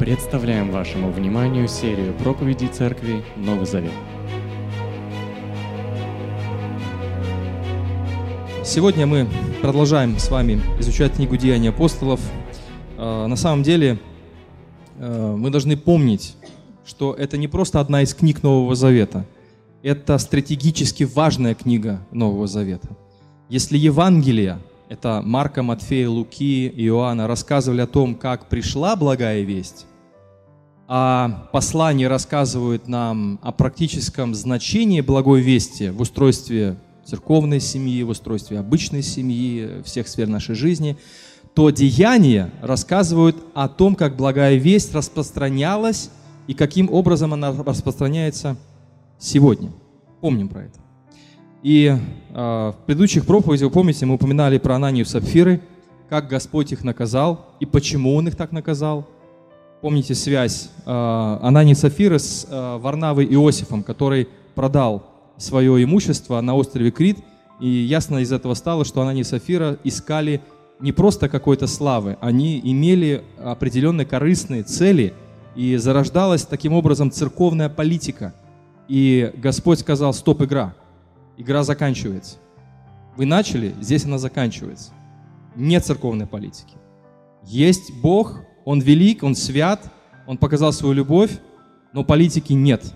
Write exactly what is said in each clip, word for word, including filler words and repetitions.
Представляем вашему вниманию серию проповедей Церкви Новый Завет. Сегодня мы продолжаем с вами изучать книгу «Деяния апостолов». На самом деле мы должны помнить, что это не просто одна из книг Нового Завета. Это стратегически важная книга Нового Завета. Если Евангелия, это Марка, Матфея, Луки, Иоанна, рассказывали о том, как пришла благая весть, а послания рассказывают нам о практическом значении благой вести в устройстве церковной семьи, в устройстве обычной семьи, всех сфер нашей жизни, то деяния рассказывают о том, как благая весть распространялась и каким образом она распространяется сегодня. Помним про это. И э, в предыдущих проповедях, вы помните, мы упоминали про Ананию и Сапфиры, как Господь их наказал и почему Он их так наказал. Помните связь э, Анании и Сапфиры с э, Варнавой и Иосифом, который продал свое имущество на острове Крит, и ясно из этого стало, что Анания и Сапфира искали не просто какой-то славы, они имели определенные корыстные цели, и зарождалась таким образом церковная политика. И Господь сказал: стоп, игра. Игра заканчивается. Вы начали, здесь она заканчивается. Нет церковной политики. Есть Бог, Он велик, Он свят, Он показал свою любовь, но политики нет.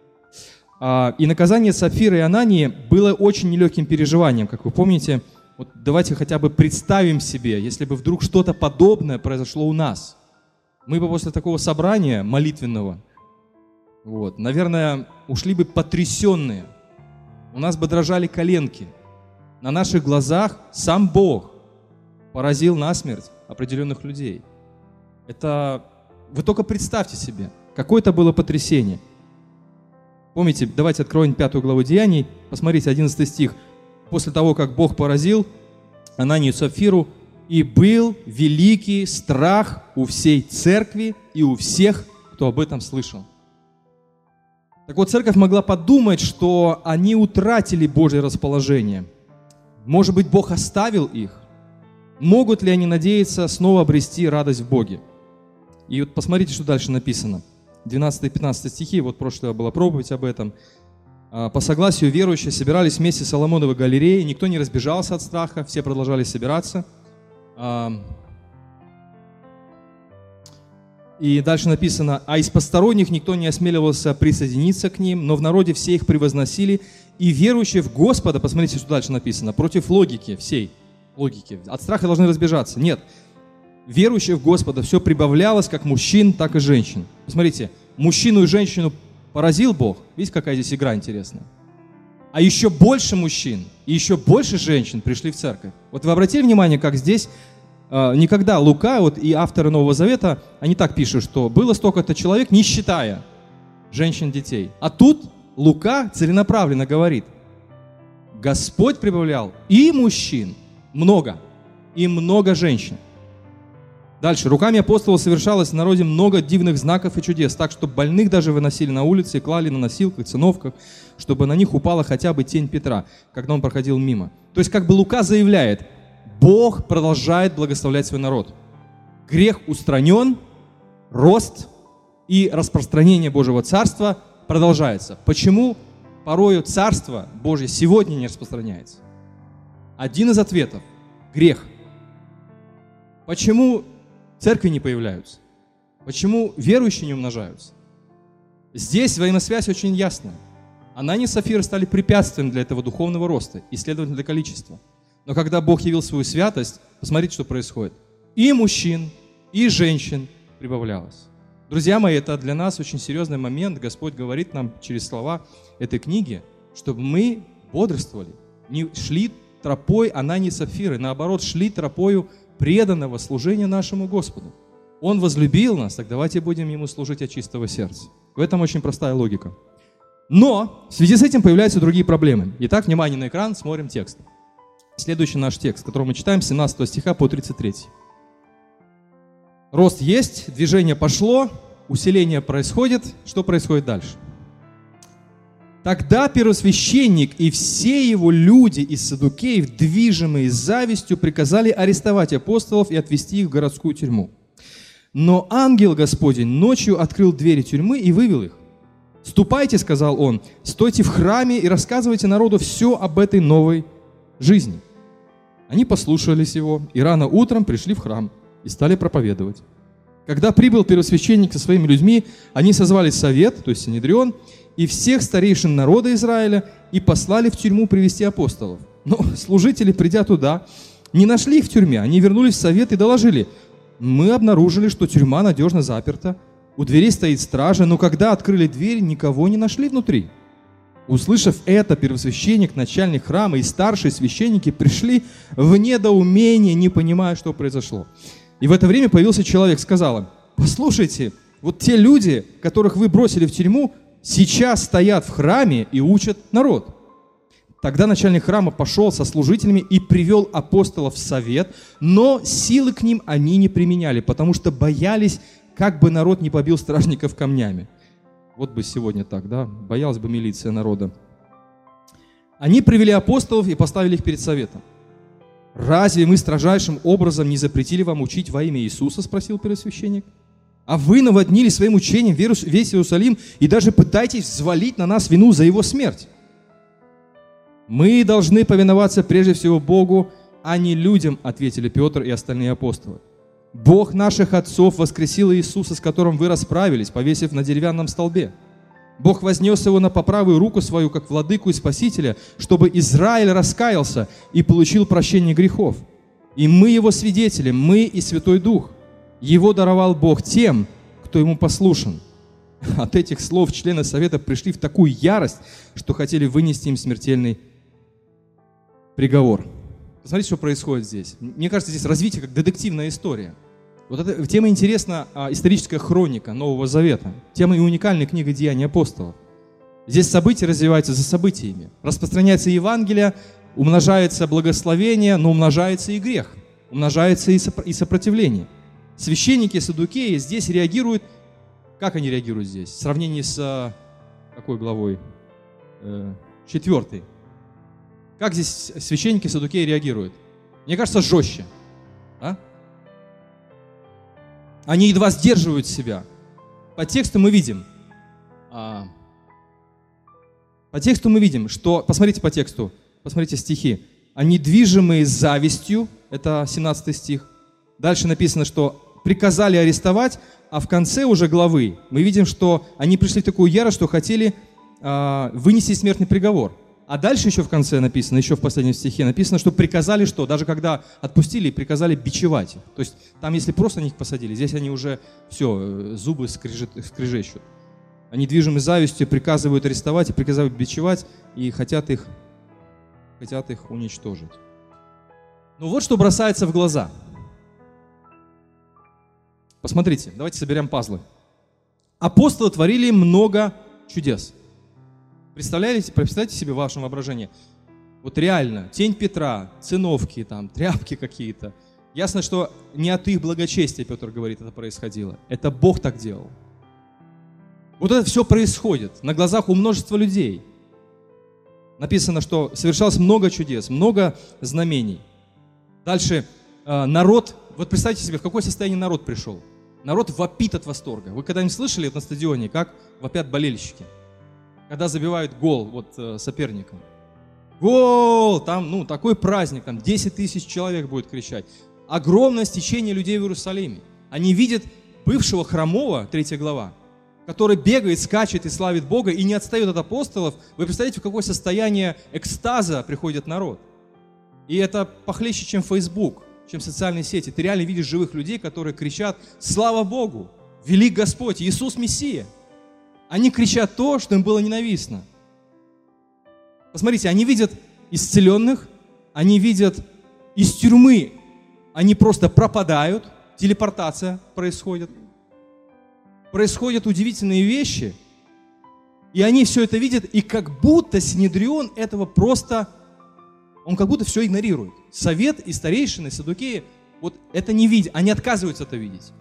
И наказание Сапфиры и Анании было очень нелегким переживанием, как вы помните. Вот давайте хотя бы представим себе, если бы вдруг что-то подобное произошло у нас. Мы бы после такого собрания молитвенного, вот, наверное, ушли бы потрясенные. У нас бы дрожали коленки. На наших глазах сам Бог поразил насмерть определенных людей. Это вы только представьте себе, какое это было потрясение. Помните, давайте откроем пятую главу Деяний, посмотрите, одиннадцатый стих. После того, как Бог поразил Ананию и Сапфиру, «И был великий страх у всей церкви и у всех, кто об этом слышал». Так вот, церковь могла подумать, что они утратили Божье расположение. Может быть, Бог оставил их? Могут ли они надеяться снова обрести радость в Боге? И вот посмотрите, что дальше написано. двенадцатый-пятнадцатый стихи, вот прошлая была проповедь об этом. «По согласию верующие собирались вместе в Соломоновой галерее, никто не разбежался от страха, все продолжали собираться». И дальше написано: «А из посторонних никто не осмеливался присоединиться к ним, но в народе все их превозносили, и верующие в Господа», посмотрите, что дальше написано, против логики всей, логики, от страха должны разбежаться. Нет, верующие в Господа все прибавлялось, как мужчин, так и женщин. Посмотрите, мужчину и женщину поразил Бог. Видите, какая здесь игра интересная? А еще больше мужчин и еще больше женщин пришли в церковь. Вот вы обратили внимание, как здесь э, никогда Лука вот, и авторы Нового Завета, они так пишут, что было столько-то человек, не считая женщин, детей. А тут Лука целенаправленно говорит: Господь прибавлял и мужчин много, и много женщин. Дальше. «Руками апостолов совершалось в народе много дивных знаков и чудес, так что больных даже выносили на улице и клали на носилках, циновках, чтобы на них упала хотя бы тень Петра, когда он проходил мимо». То есть как бы Лука заявляет: Бог продолжает благословлять свой народ. Грех устранен, рост и распространение Божьего Царства продолжается. Почему порою Царство Божье сегодня не распространяется? Один из ответов – грех. Почему церкви не появляются? Почему верующие не умножаются? Здесь взаимосвязь очень ясная. Анания и Сапфира стали препятствием для этого духовного роста и, следовательно, для количества. Но когда Бог явил свою святость, посмотрите, что происходит. И мужчин, и женщин прибавлялось. Друзья мои, это для нас очень серьезный момент. Господь говорит нам через слова этой книги, чтобы мы бодрствовали, не шли тропой Анании и Сапфиры, наоборот, шли тропою преданного служения нашему Господу. Он возлюбил нас, так давайте будем Ему служить от чистого сердца. В этом очень простая логика. Но в связи с этим появляются другие проблемы. Итак, внимание на экран, смотрим текст. Следующий наш текст, который мы читаем, с семнадцатого стиха по тридцать третий. Рост есть, движение пошло, усиление происходит. Что происходит дальше? «Тогда первосвященник и все его люди из саддукеев, движимые завистью, приказали арестовать апостолов и отвезти их в городскую тюрьму. Но ангел Господень ночью открыл двери тюрьмы и вывел их. «Ступайте, — сказал он, — стойте в храме и рассказывайте народу все об этой новой жизни». Они послушались его и рано утром пришли в храм и стали проповедовать. Когда прибыл первосвященник со своими людьми, они созвали совет, то есть Синедрион, и всех старейшин народа Израиля, и послали в тюрьму привести апостолов. Но служители, придя туда, не нашли их в тюрьме. Они вернулись в совет и доложили: «Мы обнаружили, что тюрьма надежно заперта, у дверей стоит стража, но когда открыли дверь, никого не нашли внутри». Услышав это, первосвященник, начальник храма и старшие священники пришли в недоумение, не понимая, что произошло. И в это время появился человек, сказал им: «Послушайте, вот те люди, которых вы бросили в тюрьму, сейчас стоят в храме и учат народ». Тогда начальник храма пошел со служителями и привел апостолов в совет, но силы к ним они не применяли, потому что боялись, как бы народ не побил стражников камнями. Вот бы сегодня так, да? Боялась бы милиция народа. Они привели апостолов и поставили их перед советом. «Разве мы строжайшим образом не запретили вам учить во имя Иисуса?» — спросил первосвященник. «А вы наводнили своим учением весь Иерусалим и даже пытаетесь взвалить на нас вину за его смерть». «Мы должны повиноваться прежде всего Богу, а не людям», — ответили Петр и остальные апостолы. «Бог наших отцов воскресил Иисуса, с которым вы расправились, повесив на деревянном столбе. Бог вознес его на по правую руку свою, как владыку и спасителя, чтобы Израиль раскаялся и получил прощение грехов. И мы его свидетели, мы и Святой Дух. Его даровал Бог тем, кто ему послушен». От этих слов члены совета пришли в такую ярость, что хотели вынести им смертельный приговор. Посмотрите, что происходит здесь. Мне кажется, здесь развитие как детективная история. Вот эта тема интересна, а, историческая хроника Нового Завета. Тема и уникальная книга «Деяния апостолов». Здесь события развиваются за событиями. Распространяется Евангелие, умножается благословение, но умножается и грех. Умножается и сопротивление. Священники и саддукеи здесь реагируют. Как они реагируют здесь? В сравнении с какой главой? Э, четвертой. Как здесь священники и саддукеи реагируют? Мне кажется, жестче. А? Они едва сдерживают себя. По тексту мы видим, а, по тексту мы видим, что, посмотрите по тексту, посмотрите стихи. Они движимые завистью, это семнадцатый стих. Дальше написано, что приказали арестовать, а в конце уже главы мы видим, что они пришли в такую ярость, что хотели а, вынести смертный приговор. А дальше еще в конце написано, еще в последнем стихе написано, что приказали что? Даже когда отпустили, приказали бичевать их. То есть там, если просто на них посадили, здесь они уже все, зубы скрежет, скрежещут. Они движимы завистью, приказывают арестовать и приказывают бичевать, и хотят их, хотят их уничтожить. Ну вот что бросается в глаза. Посмотрите, давайте соберем пазлы. Апостолы творили много чудес. Представляете, представьте себе в вашем воображении, вот реально, тень Петра, циновки, там, тряпки какие-то. Ясно, что не от их благочестия, Петр говорит, это происходило. Это Бог так делал. Вот это все происходит на глазах у множества людей. Написано, что совершалось много чудес, много знамений. Дальше народ, вот представьте себе, в какое состояние народ пришел. Народ вопит от восторга. Вы когда-нибудь слышали на стадионе, как вопят болельщики? Когда забивают гол вот, э, соперникам. Гол! Там, ну, такой праздник, там десять тысяч человек будет кричать. Огромное стечение людей в Иерусалиме. Они видят бывшего хромого, третья глава, который бегает, скачет и славит Бога и не отстает от апостолов. Вы представляете, в какое состояние экстаза приходит народ? И это похлеще, чем Facebook, чем социальные сети. Ты реально видишь живых людей, которые кричат: «Слава Богу! Велик Господь! Иисус Мессия!» Они кричат то, что им было ненавистно. Посмотрите, они видят исцеленных, они видят из тюрьмы, они просто пропадают, телепортация происходит. Происходят удивительные вещи, и они все это видят, и как будто Синедрион этого просто, он как будто все игнорирует. Совет и старейшины, саддукеи, вот это не видят, они отказываются это видеть.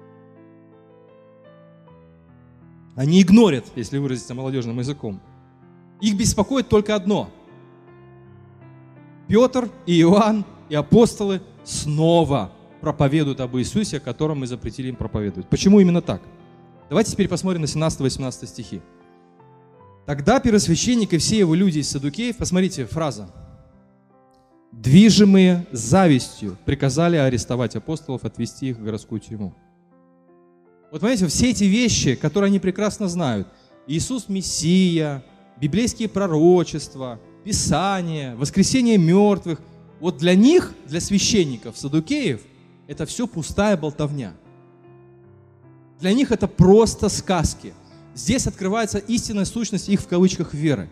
Они игнорят, если выразиться молодежным языком. Их беспокоит только одно. Петр и Иоанн и апостолы снова проповедуют об Иисусе, о котором мы запретили им проповедовать. Почему именно так? Давайте теперь посмотрим на семнадцатый-восемнадцатый стихи. «Тогда первосвященник и все его люди из саддукеев», посмотрите, фраза, «движимые завистью приказали арестовать апостолов, отвести их в городскую тюрьму». Вот понимаете, все эти вещи, которые они прекрасно знают, Иисус Мессия, библейские пророчества, Писание, воскресение мертвых, вот для них, для священников, саддукеев, это все пустая болтовня. Для них это просто сказки. Здесь открывается истинная сущность их в кавычках веры.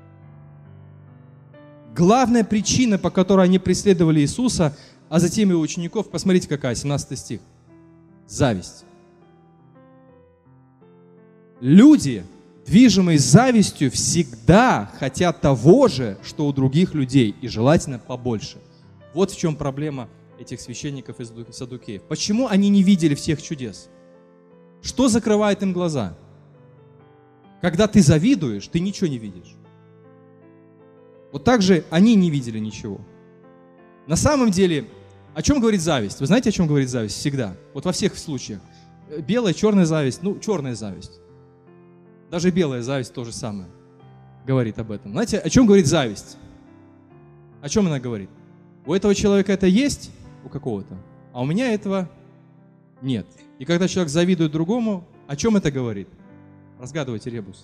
Главная причина, по которой они преследовали Иисуса, а затем его учеников, посмотрите какая, семнадцатый стих. Зависть. Люди, движимые завистью, всегда хотят того же, что у других людей, и желательно побольше. Вот в чем проблема этих священников из саддукеев. Почему они не видели всех чудес? Что закрывает им глаза? Когда ты завидуешь, ты ничего не видишь. Вот так же они не видели ничего. На самом деле, о чем говорит зависть? Вы знаете, о чем говорит зависть всегда? Вот во всех случаях. Белая, черная зависть, ну, черная зависть. Даже белая зависть то же самое говорит об этом. Знаете, о чем говорит зависть? О чем она говорит? У этого человека это есть, у какого-то, а у меня этого нет. И когда человек завидует другому, о чем это говорит? Разгадывайте ребус.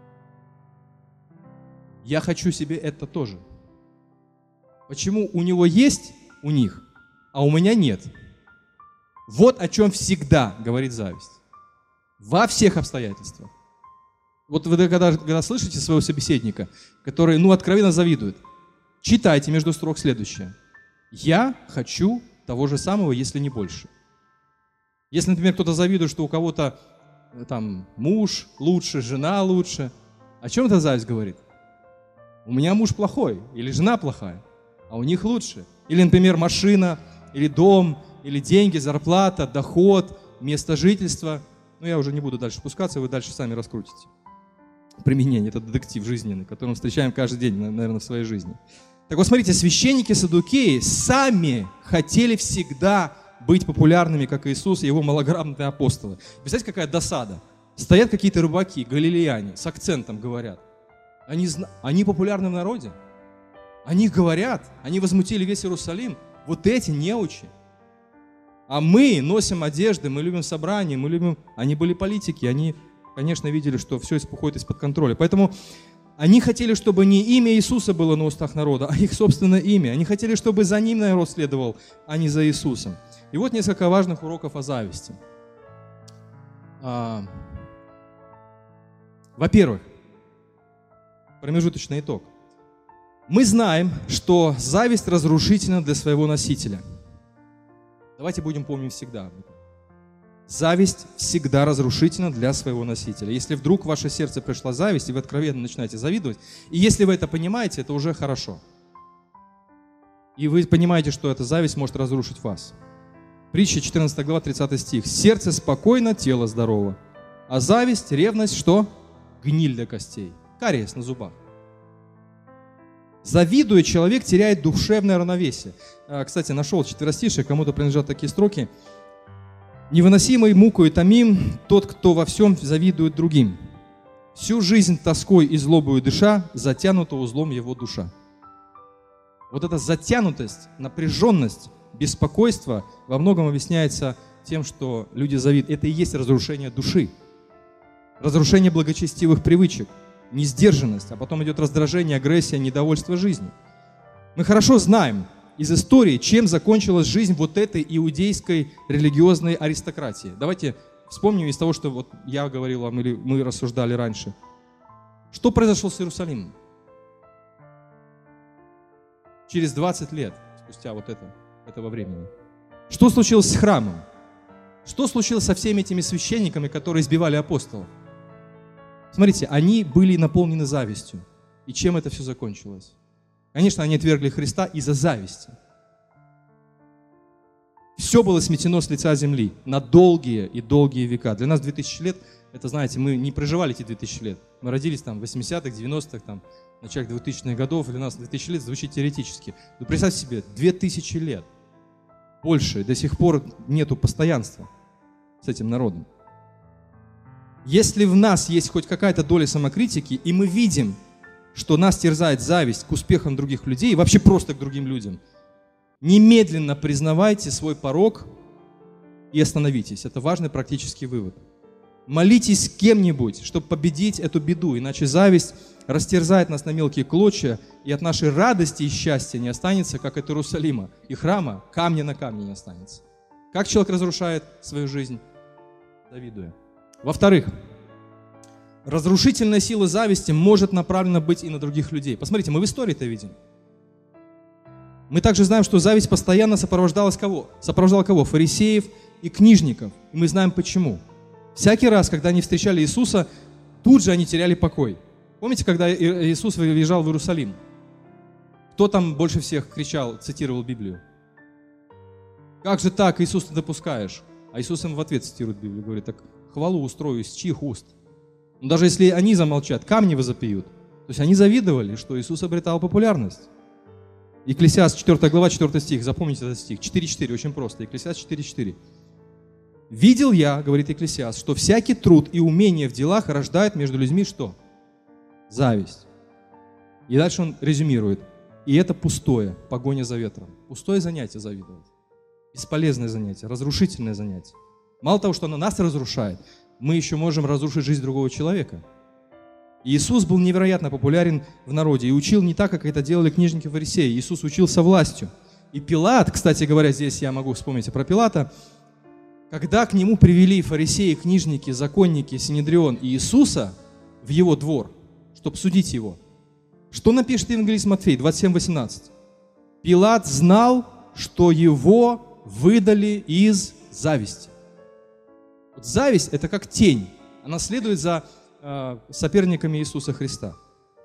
Я хочу себе это тоже. Почему у него есть, у них, а у меня нет? Вот о чем всегда говорит зависть. Во всех обстоятельствах. Вот вы когда, когда слышите своего собеседника, который, ну, откровенно завидует, читайте между строк следующее. Я хочу того же самого, если не больше. Если, например, кто-то завидует, что у кого-то там муж лучше, жена лучше, о чем эта зависть говорит? У меня муж плохой, или жена плохая, а у них лучше. Или, например, машина, или дом, или деньги, зарплата, доход, место жительства. Ну, я уже не буду дальше спускаться, вы дальше сами раскрутите. Применение, это детектив жизненный, который мы встречаем каждый день, наверное, в своей жизни. Так вот, смотрите, священники-саддукеи сами хотели всегда быть популярными, как Иисус и его малограмотные апостолы. Представляете, какая досада? Стоят какие-то рыбаки, галилеяне, с акцентом говорят. Они, они популярны в народе. Они говорят, они возмутили весь Иерусалим. Вот эти неучи. А мы носим одежды, мы любим собрания, мы любим... Они были политики, они, конечно, видели, что все уходит из-под контроля. Поэтому они хотели, чтобы не имя Иисуса было на устах народа, а их собственное имя. Они хотели, чтобы за ним народ следовал, а не за Иисусом. И вот несколько важных уроков о зависти. А, во-первых, промежуточный итог. Мы знаем, что зависть разрушительна для своего носителя. Давайте будем помнить всегда об этом. Зависть всегда разрушительна для своего носителя. Если вдруг в ваше сердце пришла зависть, и вы откровенно начинаете завидовать, и если вы это понимаете, это уже хорошо. И вы понимаете, что эта зависть может разрушить вас. Притча четырнадцатая глава, тридцатый стих. «Сердце спокойно, тело здорово, а зависть, ревность, что? Гниль для костей, кариес на зубах». Завидуя, человек теряет душевное равновесие. Кстати, нашел четверостишие, кому-то принадлежат такие строки. «Невыносимой мукой томим тот, кто во всем завидует другим. Всю жизнь тоской и злобою дыша, затянута узлом его душа». Вот эта затянутость, напряженность, беспокойство во многом объясняется тем, что люди завидуют. Это и есть разрушение души, разрушение благочестивых привычек, несдержанность, а потом идет раздражение, агрессия, недовольство жизнью. Мы хорошо знаем из истории, чем закончилась жизнь вот этой иудейской религиозной аристократии. Давайте вспомним из того, что вот я говорил вам или мы рассуждали раньше. Что произошло с Иерусалимом? Через двадцать лет, спустя вот это, этого времени. Что случилось с храмом? Что случилось со всеми этими священниками, которые избивали апостолов? Смотрите, они были наполнены завистью. И чем это все закончилось? Конечно, они отвергли Христа из-за зависти. Все было сметено с лица земли на долгие и долгие века. Для нас две тысячи лет, это, знаете, мы не проживали эти две тысячи лет. Мы родились там в восьмидесятых, девяностых, там, в начале двухтысячных годов. Для нас две тысячи лет звучит теоретически. Но представьте себе, две тысячи лет. больше. До сих пор нету постоянства с этим народом. Если в нас есть хоть какая-то доля самокритики, и мы видим, что нас терзает зависть к успехам других людей, и вообще просто к другим людям, немедленно признавайте свой порок и остановитесь. Это важный практический вывод. Молитесь с кем-нибудь, чтобы победить эту беду, иначе зависть растерзает нас на мелкие клочья, и от нашей радости и счастья не останется, как от Иерусалима и храма, камня на камне не останется. Как человек разрушает свою жизнь? Завидуя. Во-вторых, разрушительная сила зависти может направлена быть и на других людей. Посмотрите, мы в истории это видим. Мы также знаем, что зависть постоянно сопровождалась кого? Сопровождала кого? Фарисеев и книжников. И мы знаем почему. Всякий раз, когда они встречали Иисуса, тут же они теряли покой. Помните, когда Иисус въезжал в Иерусалим? Кто там больше всех кричал, цитировал Библию? Как же так, Иисус, ты допускаешь? А Иисус им в ответ цитирует Библию, говорит, так хвалу устрою из чьих уст? Но даже если они замолчат, камни возопьют. То есть они завидовали, что Иисус обретал популярность. Екклесиаст четвёртая глава, четвёртый стих, запомните этот стих, четыре четыре, очень просто, Екклесиаст четыре четыре. «Видел я, — говорит Екклесиаст, — что всякий труд и умение в делах рождает между людьми что? Зависть». И дальше он резюмирует. И это пустое, погоня за ветром. Пустое занятие завидовать. Бесполезное занятие, разрушительное занятие. Мало того, что оно нас разрушает, мы еще можем разрушить жизнь другого человека. И Иисус был невероятно популярен в народе и учил не так, как это делали книжники и фарисеи. Иисус учил со властью. И Пилат, кстати говоря, здесь я могу вспомнить про Пилата, когда к нему привели фарисеи, книжники, законники, Синедрион и Иисуса в его двор, чтобы судить его, что напишет евангелист Матфей, двадцать семь восемнадцать? Пилат знал, что его выдали из зависти. Вот зависть – это как тень. Она следует за э, соперниками Иисуса Христа.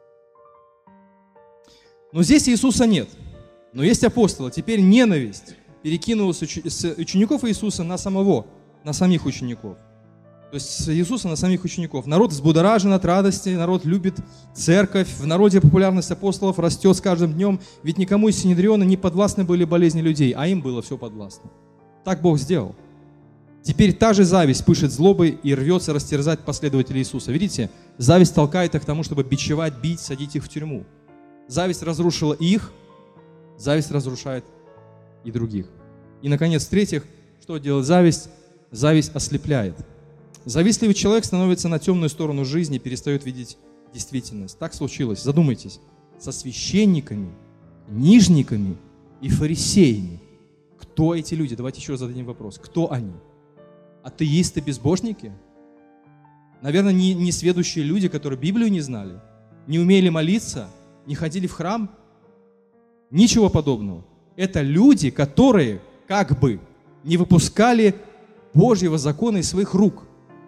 Но здесь Иисуса нет. Но есть апостолы. Теперь ненависть перекинулась с учеников Иисуса на самого, на самих учеников. То есть с Иисуса на самих учеников. Народ взбудоражен от радости, народ любит церковь, в народе популярность апостолов растет с каждым днем, ведь никому из Синедриона не подвластны были болезни людей, а им было все подвластно. Так Бог сделал. Теперь та же зависть пышет злобой и рвется растерзать последователей Иисуса. Видите, зависть толкает их к тому, чтобы бичевать, бить, садить их в тюрьму. Зависть разрушила их, зависть разрушает и других. И, наконец, в-третьих, что делает зависть? Зависть ослепляет. Завистливый человек становится на темную сторону жизни и перестает видеть действительность. Так случилось, задумайтесь, со священниками, книжниками и фарисеями. Кто эти люди? Давайте еще раз зададим вопрос. Кто они? Атеисты, безбожники? Наверное, не, не сведущие люди, которые Библию не знали, не умели молиться, не ходили в храм? Ничего подобного. Это люди, которые как бы не выпускали Божьего закона из своих рук.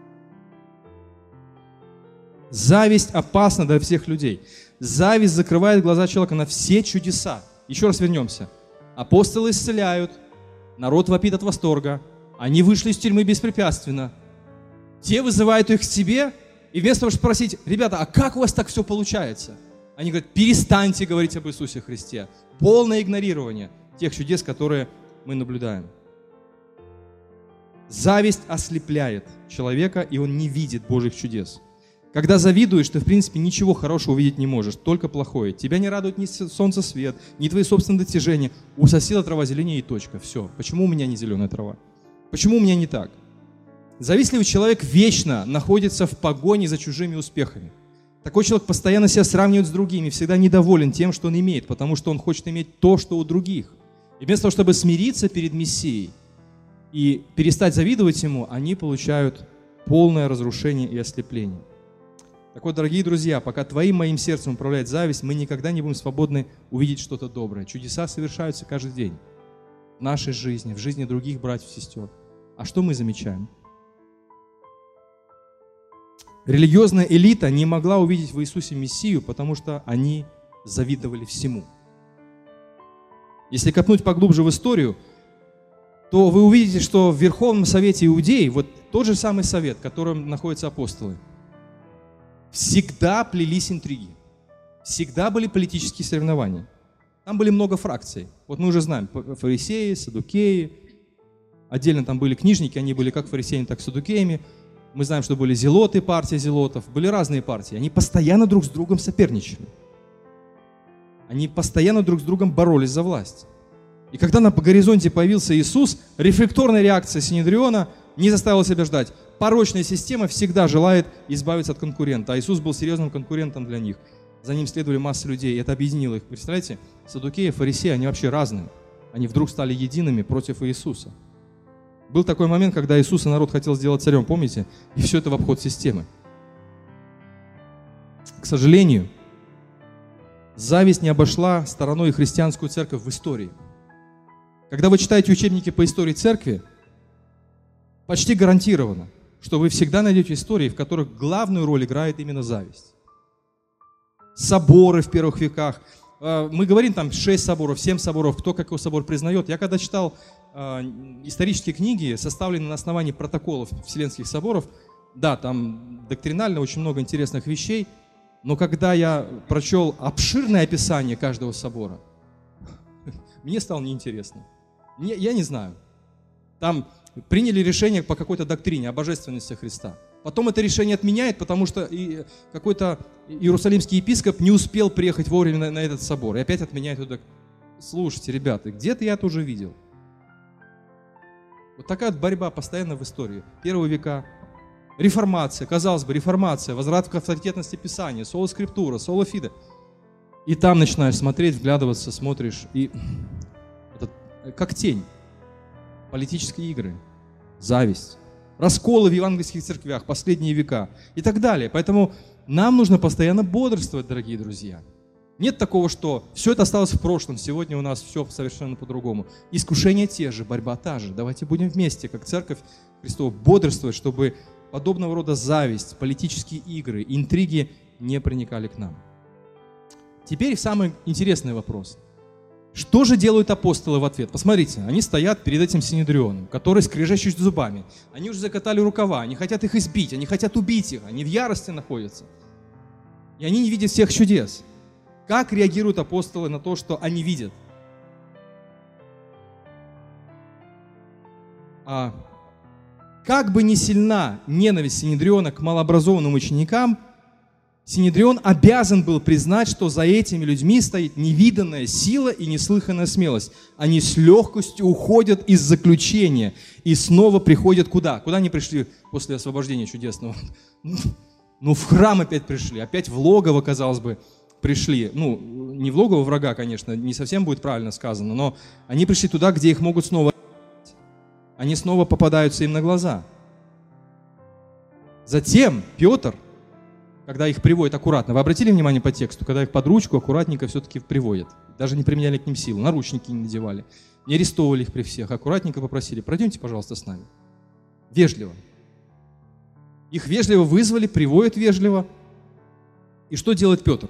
Зависть опасна для всех людей. Зависть закрывает глаза человека на все чудеса. Еще раз вернемся. Апостолы исцеляют, народ вопит от восторга, они вышли из тюрьмы беспрепятственно. Те вызывают их к себе, и вместо того, чтобы спросить, ребята, а как у вас так все получается? Они говорят, перестаньте говорить об Иисусе Христе. Полное игнорирование тех чудес, которые мы наблюдаем. Зависть ослепляет человека, и он не видит Божьих чудес. Когда завидуешь, ты, в принципе, ничего хорошего увидеть не можешь, только плохое. Тебя не радует ни солнце свет, ни твои собственные достижения. У соседа трава зеленее и точка. Все. Почему у меня не зеленая трава? Почему у меня не так? Завистливый человек вечно находится в погоне за чужими успехами. Такой человек постоянно себя сравнивает с другими, всегда недоволен тем, что он имеет, потому что он хочет иметь то, что у других. И вместо того, чтобы смириться перед Мессией и перестать завидовать ему, они получают полное разрушение и ослепление. Так вот, дорогие друзья, пока твоим моим сердцем управляет зависть, мы никогда не будем свободны увидеть что-то доброе. Чудеса совершаются каждый день в нашей жизни, в жизни других братьев и сестер. А что мы замечаем? Религиозная элита не могла увидеть в Иисусе Мессию, потому что они завидовали всему. Если копнуть поглубже в историю, то вы увидите, что в Верховном Совете Иудеи, вот тот же самый совет, в котором находятся апостолы, всегда плелись интриги, всегда были политические соревнования. Там были много фракций. Вот мы уже знаем, фарисеи, саддукеи, Отдельно там были книжники, они были как фарисеями, так и саддукеями. Мы знаем, что были зелоты, партия зелотов, были разные партии. Они постоянно друг с другом соперничали. Они постоянно друг с другом боролись за власть. И когда на горизонте появился Иисус, рефлекторная реакция Синедриона не заставила себя ждать. Порочная система всегда желает избавиться от конкурента, а Иисус был серьезным конкурентом для них. За ним следовали массы людей, и это объединило их. Представляете, саддукеи, фарисеи, они вообще разные. Они вдруг стали едиными против Иисуса. Был такой момент, когда Иисуса народ хотел сделать царем, помните? И все это в обход системы. К сожалению, зависть не обошла стороной и христианскую церковь в истории. Когда вы читаете учебники по истории церкви, почти гарантированно, что вы всегда найдете истории, в которых главную роль играет именно зависть. Соборы в первых веках. Мы говорим там шесть соборов, семь соборов, кто какой собор признает. Я когда читал э, исторические книги, составленные на основании протоколов Вселенских соборов, да, там доктринально очень много интересных вещей, но когда я прочел обширное описание каждого собора, мне стало неинтересно. Не, я не знаю. Там приняли решение по какой-то доктрине о божественности Христа. Потом это решение отменяет, потому что и какой-то иерусалимский епископ не успел приехать вовремя на, на этот собор. И опять отменяет это. Слушайте, ребята, где-то я это уже видел. Вот такая вот борьба постоянно в истории. Первые века. Реформация, казалось бы, реформация, возврат к авторитетности Писания, соло скриптура, соло фиде. И там начинаешь смотреть, вглядываться, смотришь, и это как тень. Политические игры, зависть, расколы в евангельских церквях, последние века и так далее. Поэтому нам нужно постоянно бодрствовать, дорогие друзья. Нет такого, что все это осталось в прошлом, сегодня у нас все совершенно по-другому. Искушения те же, борьба та же. Давайте будем вместе, как Церковь Христова, бодрствовать, чтобы подобного рода зависть, политические игры, интриги не проникали к нам. Теперь самый интересный вопрос. Что же делают апостолы в ответ? Посмотрите, они стоят перед этим Синедрионом, который скрежещет зубами. Они уже закатали рукава, они хотят их избить, они хотят убить их, они в ярости находятся. И они не видят всех чудес. Как реагируют апостолы на то, что они видят? А как бы ни сильна ненависть Синедриона к малообразованным ученикам, Синедрион обязан был признать, что за этими людьми стоит невиданная сила и неслыханная смелость. Они с легкостью уходят из заключения и снова приходят куда? Куда они пришли после освобождения чудесного? Ну, в храм опять пришли, опять в логово, казалось бы, пришли. Ну, не в логово врага, конечно, не совсем будет правильно сказано, но они пришли туда, где их могут снова... Они снова попадаются им на глаза. Затем Петр, когда их приводят аккуратно, вы обратили внимание по тексту, когда их под ручку аккуратненько все-таки приводят. Даже не применяли к ним силу, наручники не надевали, не арестовывали их при всех, аккуратненько попросили: пройдемте, пожалуйста, с нами. Вежливо. Их вежливо вызвали, приводят вежливо. И что делает Петр?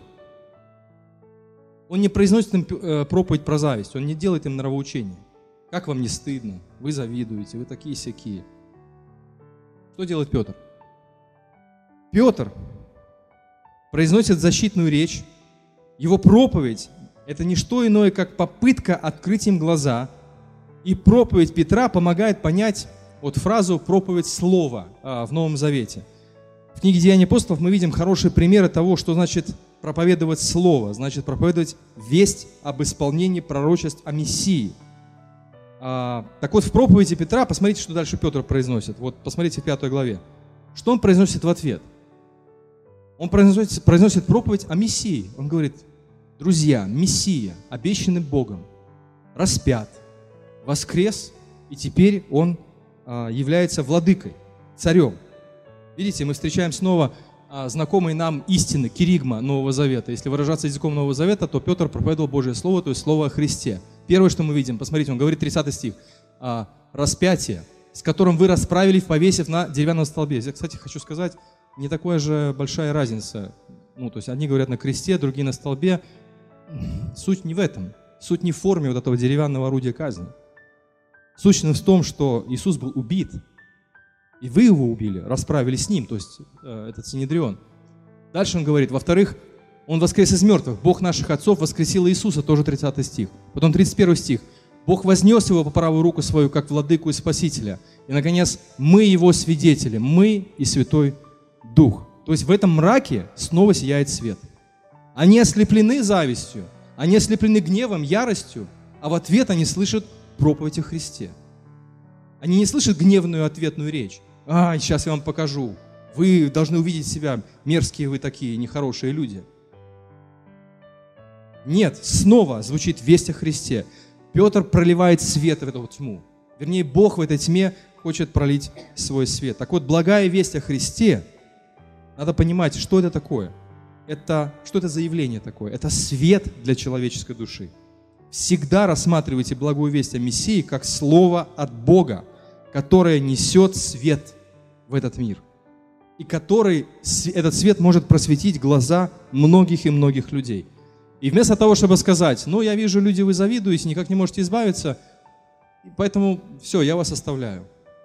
Он не произносит им проповедь про зависть, он не делает им нравоучение. Как вам не стыдно? Вы завидуете, вы такие-сякие. Что делает Петр? Петр произносит защитную речь. Его проповедь – это не что иное, как попытка открыть им глаза. И проповедь Петра помогает понять вот фразу «проповедь слова» а, в Новом Завете. В книге «Деяния апостолов» мы видим хорошие примеры того, что значит проповедовать слово, значит проповедовать весть об исполнении пророчеств о Мессии. А, так вот, в проповеди Петра, посмотрите, что дальше Петр произносит. Вот посмотрите в пятой главе. Что он произносит в ответ? Он произносит, произносит проповедь о Мессии. Он говорит: друзья, Мессия, обещанный Богом, распят, воскрес, и теперь он а, является владыкой, царем. Видите, мы встречаем снова а, знакомые нам истины, киригма Нового Завета. Если выражаться языком Нового Завета, то Петр проповедовал Божье Слово, то есть Слово о Христе. Первое, что мы видим, посмотрите, он говорит, тридцатый стих, а, распятие, с которым вы расправились, повесив на деревянном столбе. Я, кстати, хочу сказать, не такая же большая разница. Ну, то есть одни говорят на кресте, другие на столбе. Суть не в этом. Суть не в форме вот этого деревянного орудия казни. Сущность в том, что Иисус был убит, и вы его убили, расправили с ним, то есть э, этот Синедрион. Дальше он говорит, во-вторых, он воскрес из мертвых. Бог наших отцов воскресил Иисуса, тоже тридцатый стих. Потом тридцать первый стих. Бог вознес его по правую руку свою, как владыку и спасителя. И, наконец, мы его свидетели, мы и Святой Дух. То есть в этом мраке снова сияет свет. Они ослеплены завистью, они ослеплены гневом, яростью, а в ответ они слышат проповедь о Христе. Они не слышат гневную ответную речь. «А, сейчас я вам покажу. Вы должны увидеть себя, мерзкие вы такие, нехорошие люди». Нет, снова звучит весть о Христе. Петр проливает свет в эту тьму. Вернее, Бог в этой тьме хочет пролить свой свет. Так вот, благая весть о Христе, надо понимать, что это такое. Это, что это за явление такое? Это свет для человеческой души. Всегда рассматривайте благую весть о Мессии как слово от Бога, которое несет свет в этот мир. И который, этот свет может просветить глаза многих и многих людей. И вместо того, чтобы сказать, ну, я вижу, люди, вы завидуете, никак не можете избавиться, поэтому все, я вас оставляю.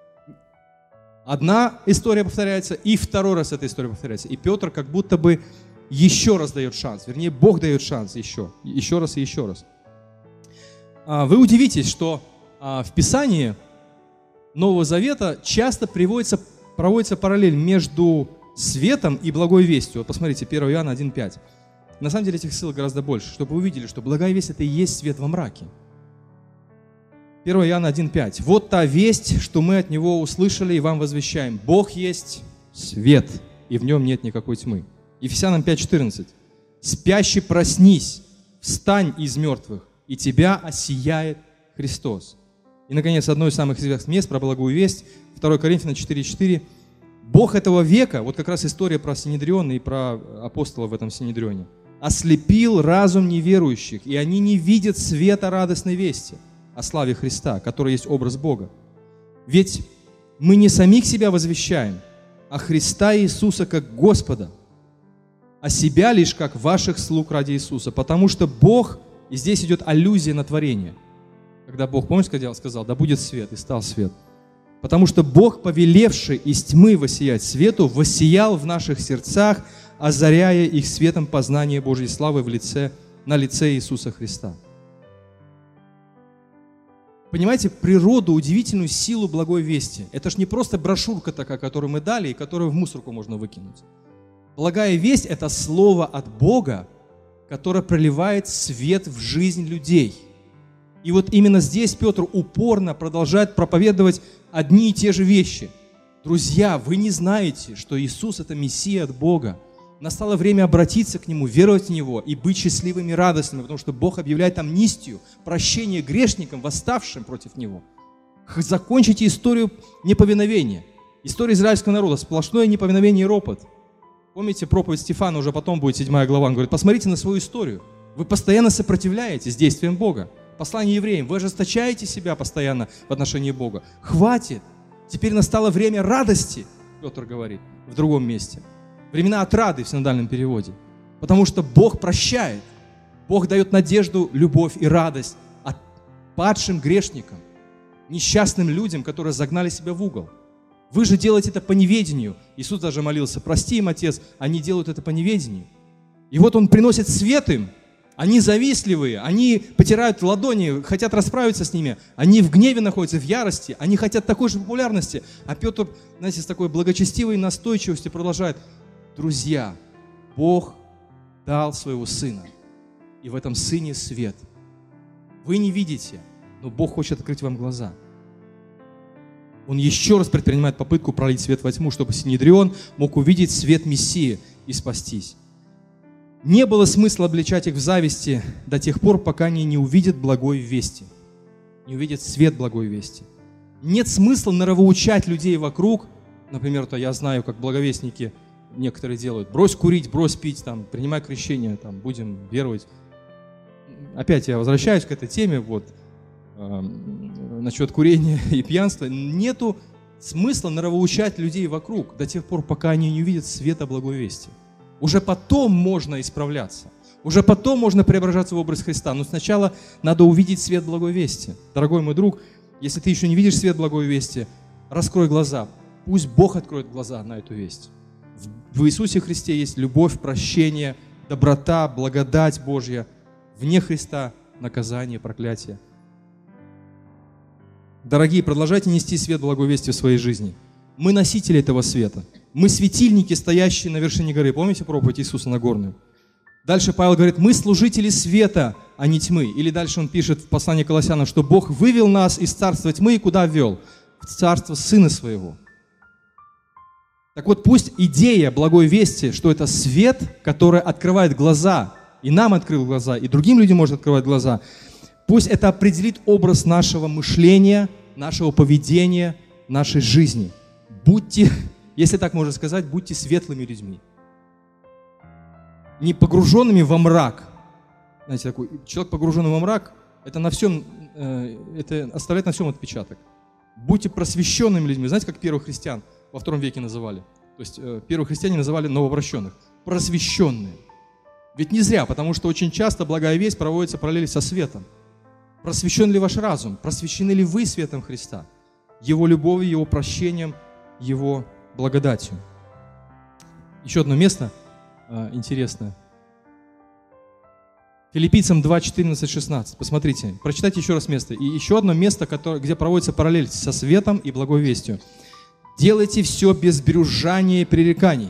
Одна история повторяется, и второй раз эта история повторяется. И Петр как будто бы еще раз дает шанс, вернее, Бог дает шанс еще, еще раз и еще раз. Вы удивитесь, что в Писании Нового Завета часто приводится, проводится параллель между светом и благой вестью. Вот посмотрите, первое Иоанна один пять. На самом деле этих ссылок гораздо больше, чтобы вы увидели, что благая весть – это и есть свет во мраке. первое Иоанна один пять. «Вот та весть, что мы от Него услышали и вам возвещаем. Бог есть свет, и в Нем нет никакой тьмы». Ефесянам пять четырнадцать. «Спящий, проснись, встань из мертвых, и тебя осияет Христос». И, наконец, одно из самых известных мест про благую весть, второе Коринфянам четыре четыре. «Бог этого века», вот как раз история про Синедрион и про апостолов в этом Синедрионе, «ослепил разум неверующих, и они не видят света радостной вести о славе Христа, который есть образ Бога. Ведь мы не самих себя возвещаем, а Христа Иисуса как Господа, а себя лишь как ваших слуг ради Иисуса, потому что Бог», и здесь идет аллюзия на творение, когда Бог, помните, сказал, сказал, да будет свет, и стал свет. Потому что Бог, повелевший из тьмы воссиять свету, воссиял в наших сердцах, озаряя их светом познания Божьей славы в лице, на лице Иисуса Христа. Понимаете, природу, удивительную силу благой вести. Это ж не просто брошюрка такая, которую мы дали, и которую в мусорку можно выкинуть. Благая весть – это слово от Бога, которое проливает свет в жизнь людей. И вот именно здесь Петр упорно продолжает проповедовать одни и те же вещи. Друзья, вы не знаете, что Иисус – это Мессия от Бога. Настало время обратиться к Нему, веровать в Него и быть счастливыми и радостными, потому что Бог объявляет амнистию, прощение грешникам, восставшим против Него. Закончите историю неповиновения. История израильского народа, сплошное неповиновение и ропот. Помните проповедь Стефана, уже потом будет седьмая глава, он говорит, посмотрите на свою историю. Вы постоянно сопротивляетесь действиям Бога. Послание евреям, вы ожесточаете себя постоянно в отношении Бога. Хватит! Теперь настало время радости, Петр говорит в другом месте. Времена отрады в синодальном переводе. Потому что Бог прощает. Бог дает надежду, любовь и радость от падшим грешникам, несчастным людям, которые загнали себя в угол. Вы же делаете это по неведению. Иисус даже молился, прости им, Отец, они делают это по неведению. И вот Он приносит свет им. Они завистливые, они потирают ладони, хотят расправиться с ними. Они в гневе находятся, в ярости. Они хотят такой же популярности. А Петр, знаете, с такой благочестивой настойчивостью продолжает. Друзья, Бог дал своего Сына. И в этом Сыне свет. Вы не видите, но Бог хочет открыть вам глаза. Он еще раз предпринимает попытку пролить свет во тьму, чтобы Синедрион мог увидеть свет Мессии и спастись. Не было смысла обличать их в зависти до тех пор, пока они не увидят благой вести, не увидят свет благой вести. Нет смысла нравоучать людей вокруг, например, то я знаю, как благовестники некоторые делают, брось курить, брось пить, там, принимай крещение, там, будем веровать. Опять я возвращаюсь к этой теме, вот, э, насчет курения и пьянства. Нету смысла нравоучать людей вокруг до тех пор, пока они не увидят света благой вести. Уже потом можно исправляться. Уже потом можно преображаться в образ Христа. Но сначала надо увидеть свет благой вести. Дорогой мой друг, если ты еще не видишь свет благой вести, раскрой глаза. Пусть Бог откроет глаза на эту весть. В Иисусе Христе есть любовь, прощение, доброта, благодать Божья. Вне Христа наказание, проклятие. Дорогие, продолжайте нести свет благой вести в своей жизни. Мы носители этого света. Мы светильники, стоящие на вершине горы. Помните проповедь Иисуса Нагорную? Дальше Павел говорит, мы служители света, а не тьмы. Или дальше он пишет в послании к Колоссянам, что Бог вывел нас из царства тьмы и куда ввел? В царство Сына Своего. Так вот, пусть идея благой вести, что это свет, который открывает глаза, и нам открыл глаза, и другим людям может открывать глаза, пусть это определит образ нашего мышления, нашего поведения, нашей жизни. Будьте, если так можно сказать, будьте светлыми людьми. Не погруженными во мрак. Знаете, такой человек, погруженный во мрак, это, на всем, это оставляет на всем отпечаток. Будьте просвещенными людьми. Знаете, как первых христиан во втором веке называли? То есть первых христиане называли новообращенных. Просвещенные. Ведь не зря, потому что очень часто благая весть проводится параллели со светом. Просвещен ли ваш разум? Просвещены ли вы светом Христа? Его любовью, Его прощением, Его благодатью. Еще одно место э, интересное. Филиппийцам два, четырнадцать, шестнадцать. Посмотрите, прочитайте еще раз место. И еще одно место, которое, где проводится параллель со светом и благой вестью. Делайте все без брюзжания и пререканий.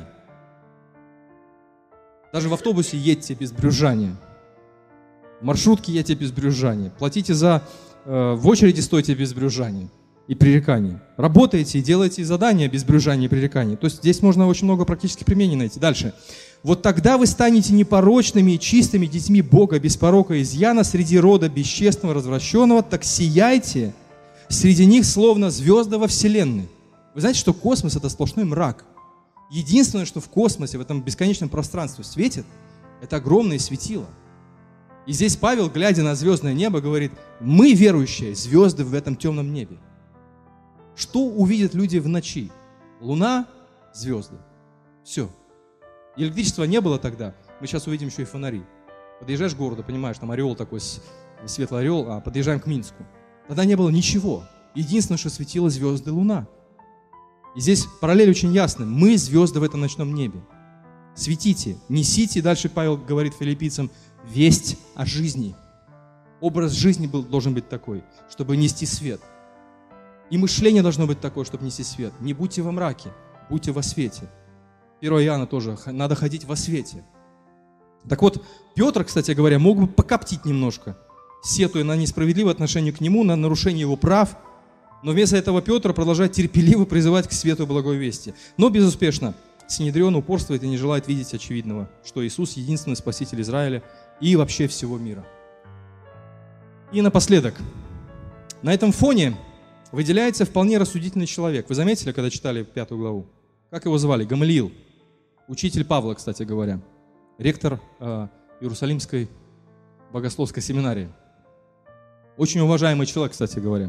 Даже в автобусе едьте без брюзжания. В маршрутке едьте без брюзжания. Платите за... Э, в очереди стойте без брюзжания и пререканий. Работайте и делайте задания без брюзжания и пререканий. То есть здесь можно очень много практических применений найти. Дальше. Вот тогда вы станете непорочными и чистыми детьми Бога, без порока и изъяна, среди рода бесчестного, развращенного, так сияйте среди них, словно звезды во вселенной. Вы знаете, что космос — это сплошной мрак. Единственное, что в космосе, в этом бесконечном пространстве светит, это огромное светило. И здесь Павел, глядя на звездное небо, говорит, мы, верующие, звезды в этом темном небе. Что увидят люди в ночи? Луна, звезды. Все. Электричества не было тогда. Мы сейчас увидим еще и фонари. Подъезжаешь к городу, понимаешь, там ореол такой, светлый ореол, а подъезжаем к Минску. Тогда не было ничего. Единственное, что светило звезды, луна. И здесь параллель очень ясна. Мы звезды в этом ночном небе. Светите, несите, дальше Павел говорит филиппийцам, весть о жизни. Образ жизни был, должен быть такой, чтобы нести свет. И мышление должно быть такое, чтобы нести свет. Не будьте во мраке, будьте во свете. первое Иоанна тоже, надо ходить во свете. Так вот, Петр, кстати говоря, мог бы покоптить немножко, сетуя на несправедливое отношение к нему, на нарушение его прав. Но вместо этого Петр продолжает терпеливо призывать к свету и благой вести. Но безуспешно. Синедрион упорствует и не желает видеть очевидного, что Иисус — единственный Спаситель Израиля и вообще всего мира. И напоследок. На этом фоне выделяется вполне рассудительный человек. Вы заметили, когда читали пятую главу? Как его звали? Гамалиил. Учитель Павла, кстати говоря. Ректор э, Иерусалимской богословской семинарии. Очень уважаемый человек, кстати говоря.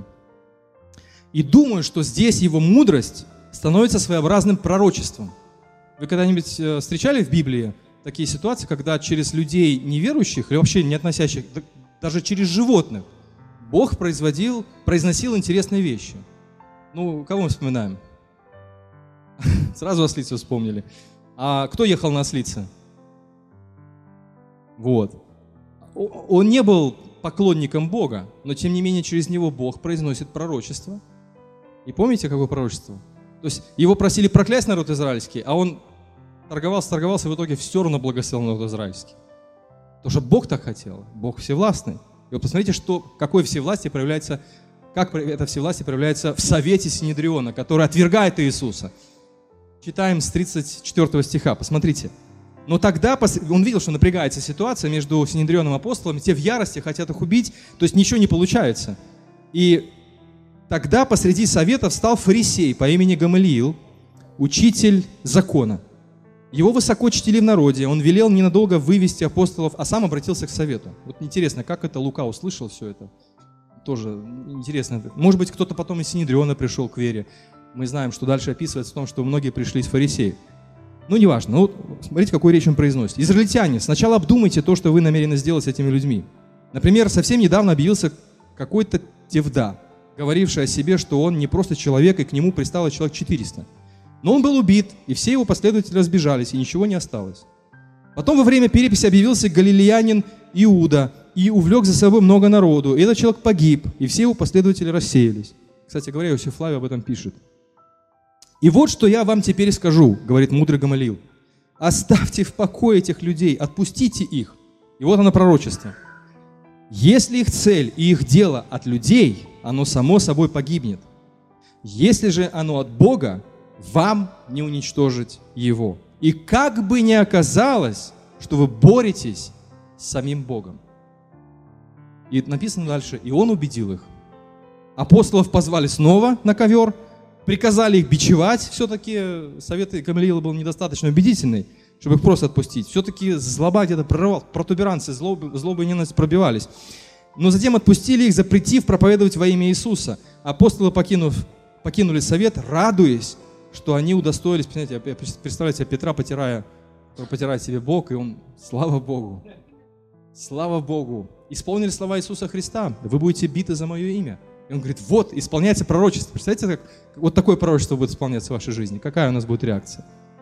И думаю, что здесь его мудрость становится своеобразным пророчеством. Вы когда-нибудь э, встречали в Библии такие ситуации, когда через людей неверующих или вообще не относящих, даже через животных, Бог производил, произносил интересные вещи? Ну, кого мы вспоминаем? Сразу ослицу вспомнили. А кто ехал на ослице? Вот. Он не был поклонником Бога, но тем не менее через него Бог произносит пророчество. И помните, какое пророчество? То есть его просили проклясть народ израильский, а он торговался, торговался, и в итоге все равно благословил народ израильский. Потому что Бог так хотел, Бог всевластный. И вот посмотрите, что, какое всевластие проявляется, как это всевластие проявляется в совете Синедриона, который отвергает Иисуса. Читаем с тридцать четвёртого стиха, посмотрите. Но тогда он видел, что напрягается ситуация между Синедрионом и апостолами, те в ярости хотят их убить, то есть ничего не получается. И тогда посреди совета встал фарисей по имени Гамалиил, учитель закона. Его высоко чтили в народе, он велел ненадолго вывести апостолов, а сам обратился к совету. Вот интересно, как это Лука услышал все это? Тоже интересно. Может быть, кто-то потом из Синедриона пришел к вере. Мы знаем, что дальше описывается в том, что многие пришли из фарисеев. Ну, неважно. Ну, смотрите, какую речь он произносит. Израильтяне, сначала обдумайте то, что вы намерены сделать с этими людьми. Например, совсем недавно объявился какой-то Тевда, говоривший о себе, что он не просто человек, и к нему пристало человек четыреста. Но он был убит, и все его последователи разбежались, и ничего не осталось. Потом во время переписи объявился галилеянин Иуда, и увлек за собой много народу. И этот человек погиб, и все его последователи рассеялись. Кстати говоря, Иосиф Флавий об этом пишет. «И вот что я вам теперь скажу, говорит мудрый Гамалиил. Оставьте в покое этих людей, отпустите их». И вот оно пророчество. «Если их цель и их дело от людей, оно само собой погибнет. Если же оно от Бога, вам не уничтожить его. И как бы ни оказалось, что вы боретесь с самим Богом». И написано дальше, и он убедил их. Апостолов позвали снова на ковер, приказали их бичевать. Все-таки совет Гамалиила был недостаточно убедительный, чтобы их просто отпустить. Все-таки злоба где-то прорывал, протуберанцы, злоба, злоба и ненависть пробивались. Но затем отпустили их, запретив проповедовать во имя Иисуса. Апостолы, покинув, покинули совет, радуясь, что они удостоились, представляете, Петра, потирая, потирая себе бок, и он, слава Богу, слава Богу, исполнили слова Иисуса Христа, вы будете биты за мое имя. И он говорит, вот, исполняется пророчество. Представляете, как вот такое пророчество будет исполняться в вашей жизни? Какая у нас будет реакция?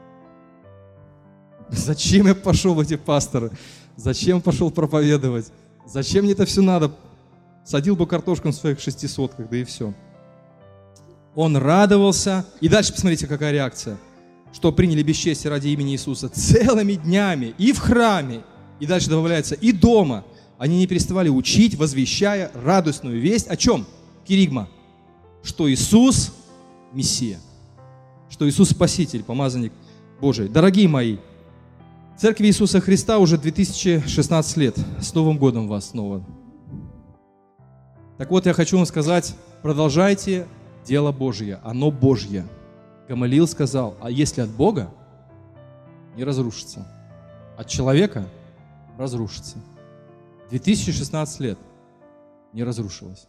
Зачем я пошел в эти пасторы? Зачем пошел проповедовать? Зачем мне это все надо? Садил бы картошку на своих шестисотках, да и все. Он радовался. И дальше посмотрите, какая реакция. Что приняли бесчестие ради имени Иисуса целыми днями и в храме. И дальше добавляется, и дома. Они не переставали учить, возвещая радостную весть. О чем? Киригма. Что Иисус Мессия. Что Иисус Спаситель, помазанник Божий. Дорогие мои, Церкви Иисуса Христа уже две тысячи шестнадцать лет. С Новым годом вас снова. Так вот, я хочу вам сказать, продолжайте дело Божье, оно Божье. Гамалиил сказал, а если от Бога, не разрушится. От человека разрушится. две тысячи шестнадцать лет не разрушилось.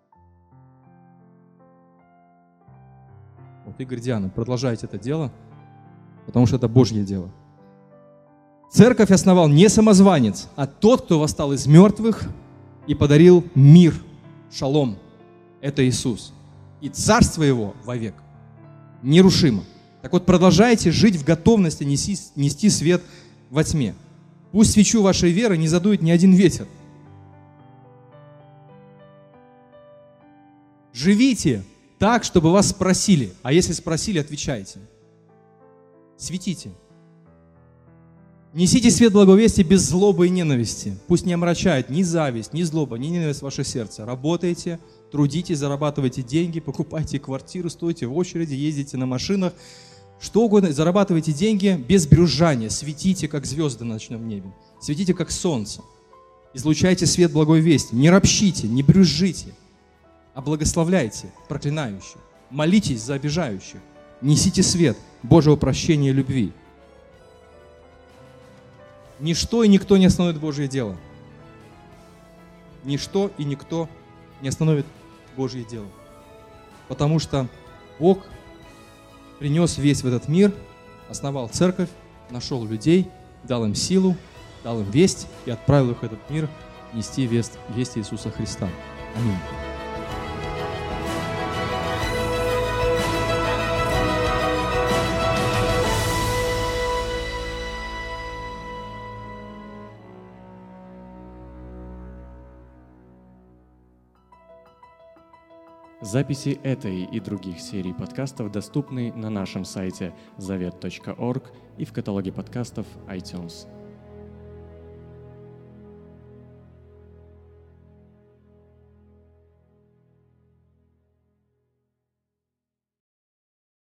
Вот, Игорь, Диана, продолжайте это дело, потому что это Божье дело. Церковь основал не самозванец, а тот, кто восстал из мертвых и подарил мир, шалом. Это Иисус. И царство Его вовек нерушимо. Так вот, продолжайте жить в готовности нести, нести свет во тьме. Пусть свечу вашей веры не задует ни один ветер. Живите так, чтобы вас спросили. А если спросили, отвечайте. Светите. Несите свет благовестия без злобы и ненависти. Пусть не омрачает ни зависть, ни злоба, ни ненависть в ваше сердце. Работайте, трудитесь, зарабатывайте деньги, покупайте квартиру, стойте в очереди, ездите на машинах. Что угодно, зарабатывайте деньги без брюзжания. Светите, как звезды на ночном небе. Светите, как солнце. Излучайте свет благой вести. Не ропщите, не брюзжите, а благословляйте проклинающих. Молитесь за обижающих. Несите свет Божьего прощения и любви. Ничто и никто не остановит Божье дело. Ничто и никто не остановит Божье дело. Потому что Бог принес весть в этот мир, основал церковь, нашел людей, дал им силу, дал им весть и отправил их в этот мир нести весть, весть Иисуса Христа. Аминь. Записи этой и других серий подкастов доступны на нашем сайте завет точка орг и в каталоге подкастов iTunes.